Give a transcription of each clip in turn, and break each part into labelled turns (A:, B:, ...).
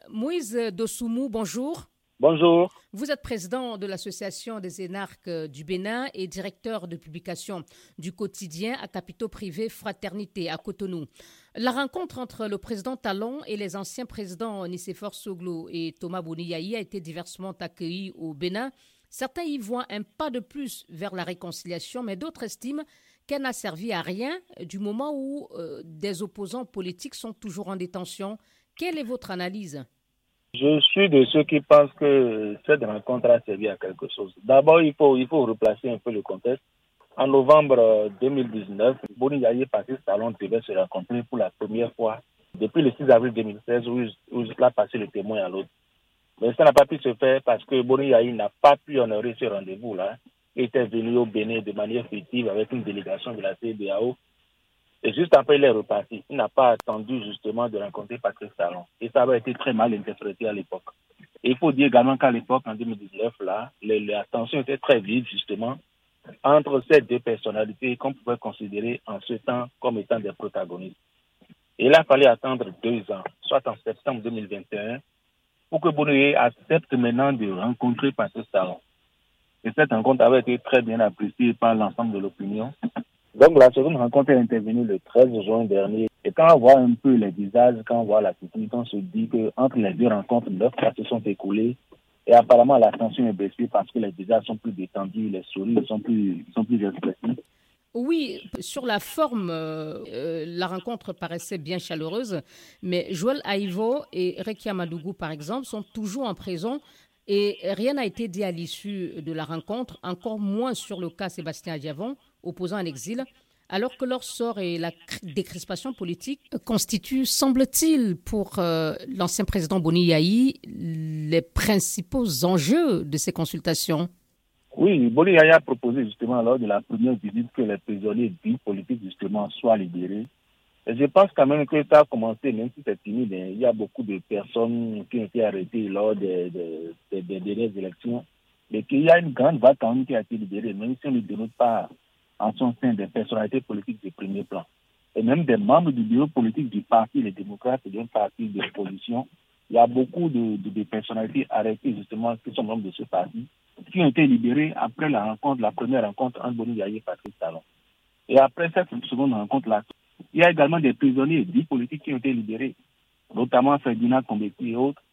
A: Moïse Dosoumou, bonjour.
B: Bonjour.
A: Vous êtes président de l'Association des énarques du Bénin et directeur de publication du quotidien à capitaux privés Fraternité à Cotonou. La rencontre entre le président Talon et les anciens présidents Nicéphore Soglo et Thomas Boni-Yayi a été diversement accueillie au Bénin. Certains y voient un pas de plus vers la réconciliation, mais d'autres estiment qu'elle n'a servi à rien du moment où des opposants politiques sont toujours en détention. Quelle est votre analyse ?
B: Je suis de ceux qui pensent que cette rencontre a servi à quelque chose. D'abord, il faut replacer un peu le contexte. En novembre 2019, Boni Yayi et Patrice Talon devaient se rencontrer pour la première fois depuis le 6 avril 2016 où il a passé le témoin à l'autre. Mais ça n'a pas pu se faire parce que Boni Yayi n'a pas pu honorer ce rendez-vous-là. Il était venu au Bénin de manière fictive avec une délégation de la CEDEAO. Et juste après, il est reparti. Il n'a pas attendu justement de rencontrer Patrice Talon. Et ça avait été très mal interprété à l'époque. Et il faut dire également qu'à l'époque, en 2019, là, la tension était très vive justement entre ces deux personnalités qu'on pouvait considérer en ce temps comme étant des protagonistes. Et il a fallu attendre 2 ans, soit en septembre 2021, pour que Boni accepte maintenant de rencontrer Patrice Talon. Et cette rencontre avait été très bien appréciée par l'ensemble de l'opinion. Donc la seconde rencontre est intervenue le 13 juin dernier. Et quand on voit un peu les visages, quand on voit l'attitude, on se dit qu'entre les deux rencontres, 9 mois se sont écoulés. Et apparemment, la tension est baissée parce que les visages sont plus détendus, les sourires sont plus expressifs.
A: Oui, sur la forme, la rencontre paraissait bien chaleureuse, mais Joël Aïvo et Rekia Madougou, par exemple, sont toujours en prison et rien n'a été dit à l'issue de la rencontre, encore moins sur le cas Sébastien Adjavon, opposant en exil, alors que leur sort et la décrispation politique constituent, semble-t-il, pour l'ancien président Boni Yayi, les principaux enjeux de ces consultations.
B: Oui, Boni Yayi a proposé justement lors de la première visite que les prisonniers dits politiques justement soient libérés. Et je pense quand même que ça a commencé, même si c'est timide, il y a beaucoup de personnes qui ont été arrêtées lors des dernières élections, mais qu'il y a une grande vague quand même qui a été libérée, même si on ne dénote pas en son sein des personnalités politiques de premier plan. Et même des membres du bureau politique du parti, les démocrates, et d'un parti de l'opposition. Il y a beaucoup de personnalités arrêtées justement qui sont membres de ce parti, qui ont été libérés après la première rencontre entre Boni Yayi et Patrice Talon. Et après cette seconde rencontre-là, il y a également des prisonniers dits politiques qui ont été libérés, notamment Ferdinand Kombeti et autres,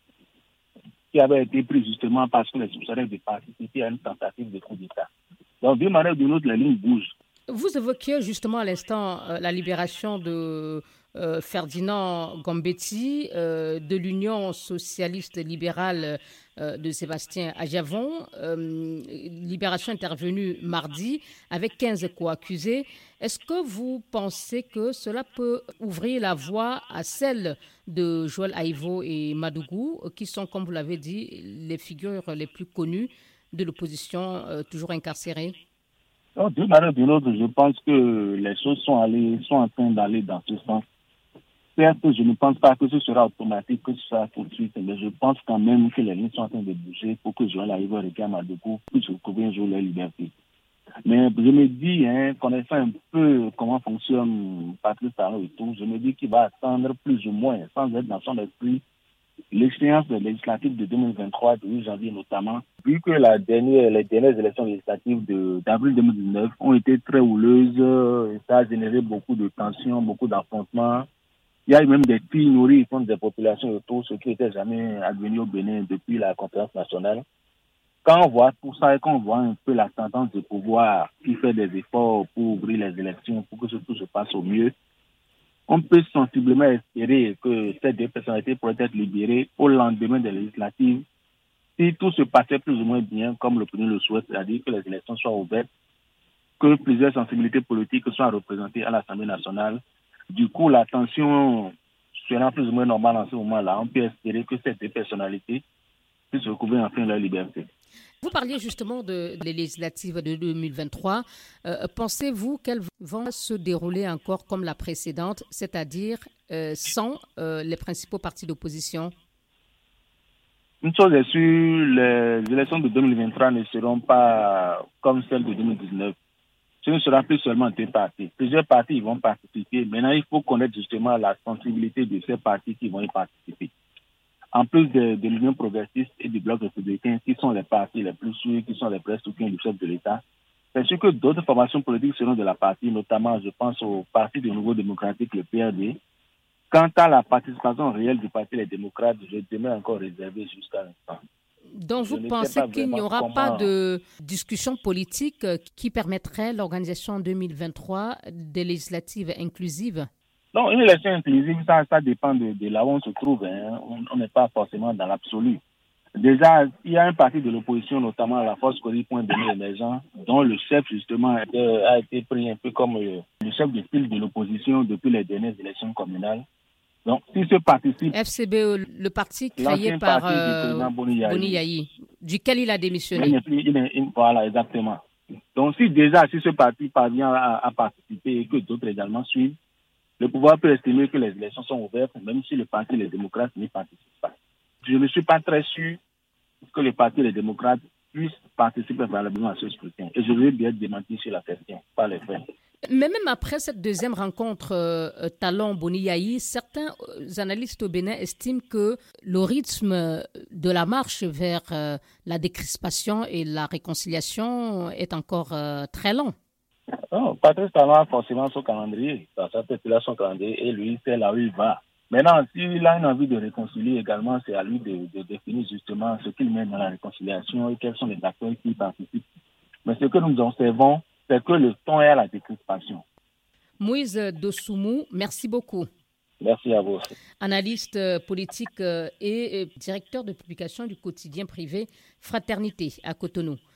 B: qui avaient été pris justement parce que les soupçonnaient de participer à une tentative de coup d'État. Donc, d'une manière ou d'une autre, les lignes bougent.
A: Vous évoquiez justement à l'instant la libération de Ferdinand Gombetti, de l'Union socialiste libérale de Sébastien Adjavon, libération intervenue mardi avec 15 co-accusés. Est-ce que vous pensez que cela peut ouvrir la voie à celle de Joël Aïvo et Madougou, qui sont, comme vous l'avez dit, les figures les plus connues de l'opposition toujours incarcérées?
B: Donc, d'une manière ou d'une autre, je pense que les choses sont en train d'aller dans ce sens. Certes, je ne pense pas que ce sera automatique, que ce sera tout de suite, mais je pense quand même que les lignes sont en train de bouger pour que Joël Aïvo et Rekia Madougou puissent retrouver un jour leur liberté. Mais je me dis, connaissant un peu comment fonctionne Patrice Talon et tout, je me dis qu'il va attendre plus ou moins, sans être dans son esprit, l'échéance législative de 2023, de 8 janvier notamment, vu que les dernières élections législatives d'avril 2019 ont été très houleuses, ça a généré beaucoup de tensions, beaucoup d'affrontements. Il y a eu même des filles nourries contre des populations autour, ce qui n'était jamais advenu au Bénin depuis la conférence nationale. Quand on voit tout ça et qu'on voit un peu la tendance de pouvoir qui fait des efforts pour ouvrir les élections, pour que tout se passe au mieux, on peut sensiblement espérer que ces deux personnalités pourraient être libérées au lendemain des législatives si tout se passait plus ou moins bien comme l'opinion le souhaite, c'est-à-dire que les élections soient ouvertes, que plusieurs sensibilités politiques soient représentées à l'Assemblée nationale. Du coup, la tension sera plus ou moins normale en ce moment-là. On peut espérer que ces deux personnalités puissent recouvrir enfin leur liberté.
A: Vous parliez justement des législatives de 2023. Pensez-vous qu'elles vont se dérouler encore comme la précédente, c'est-à-dire sans les principaux partis d'opposition?
B: Une chose est sûre, les élections de 2023 ne seront pas comme celles de 2019. Ce ne sera plus seulement deux partis. Plusieurs partis vont participer. Maintenant, il faut connaître justement la sensibilité de ces partis qui vont y participer. en plus de l'Union progressiste et du Bloc républicain, qui sont les partis les plus sûrs, qui sont les vrais soutiens du chef de l'État, c'est sûr que d'autres formations politiques seront de la partie, notamment, je pense au Parti du Nouveau démocratique, le PRD. Quant à la participation réelle du Parti Les démocrates, je demeure encore réservé jusqu'à l'instant.
A: Donc, vous pensez qu'il n'y aura pas de discussion politique qui permettrait l'organisation en 2023 des législatives inclusives?
B: Non, une élection inclusive, ça dépend de là où on se trouve. Hein. On n'est pas forcément dans l'absolu. Déjà, il y a un parti de l'opposition, notamment la Force Caudy Point de vue émergent, dont le chef, justement, a été pris un peu comme le chef de file de l'opposition depuis les dernières élections communales. Donc, si ce participe...
A: FCBE, le parti créé par Boni Yayi, duquel il a démissionné.
B: Voilà, exactement. Donc, si ce parti parvient à participer et que d'autres également suivent, le pouvoir peut estimer que les élections sont ouvertes, même si le parti Les démocrates n'y participe pas. Je ne suis pas très sûr que le parti Les démocrates puisse participer valablement à ce scrutin. Et je vais bien démentir sur la question, pas les faits.
A: Mais même après cette deuxième rencontre Talon-Boni Yayi, certains analystes au Bénin estiment que le rythme de la marche vers la décrispation et la réconciliation est encore très long.
B: Non, Patrice Talon a forcément son calendrier, sa population son calendrier, et lui, c'est là où il va. Maintenant, s'il a une envie de réconcilier également, c'est à lui de définir justement ce qu'il met dans la réconciliation et quels sont les acteurs qui y participent. Mais ce que nous observons, c'est que le ton est à la décrispation.
A: Moïse Dosoumou, merci beaucoup.
B: Merci à vous.
A: Analyste politique et directeur de publication du quotidien privé Fraternité à Cotonou.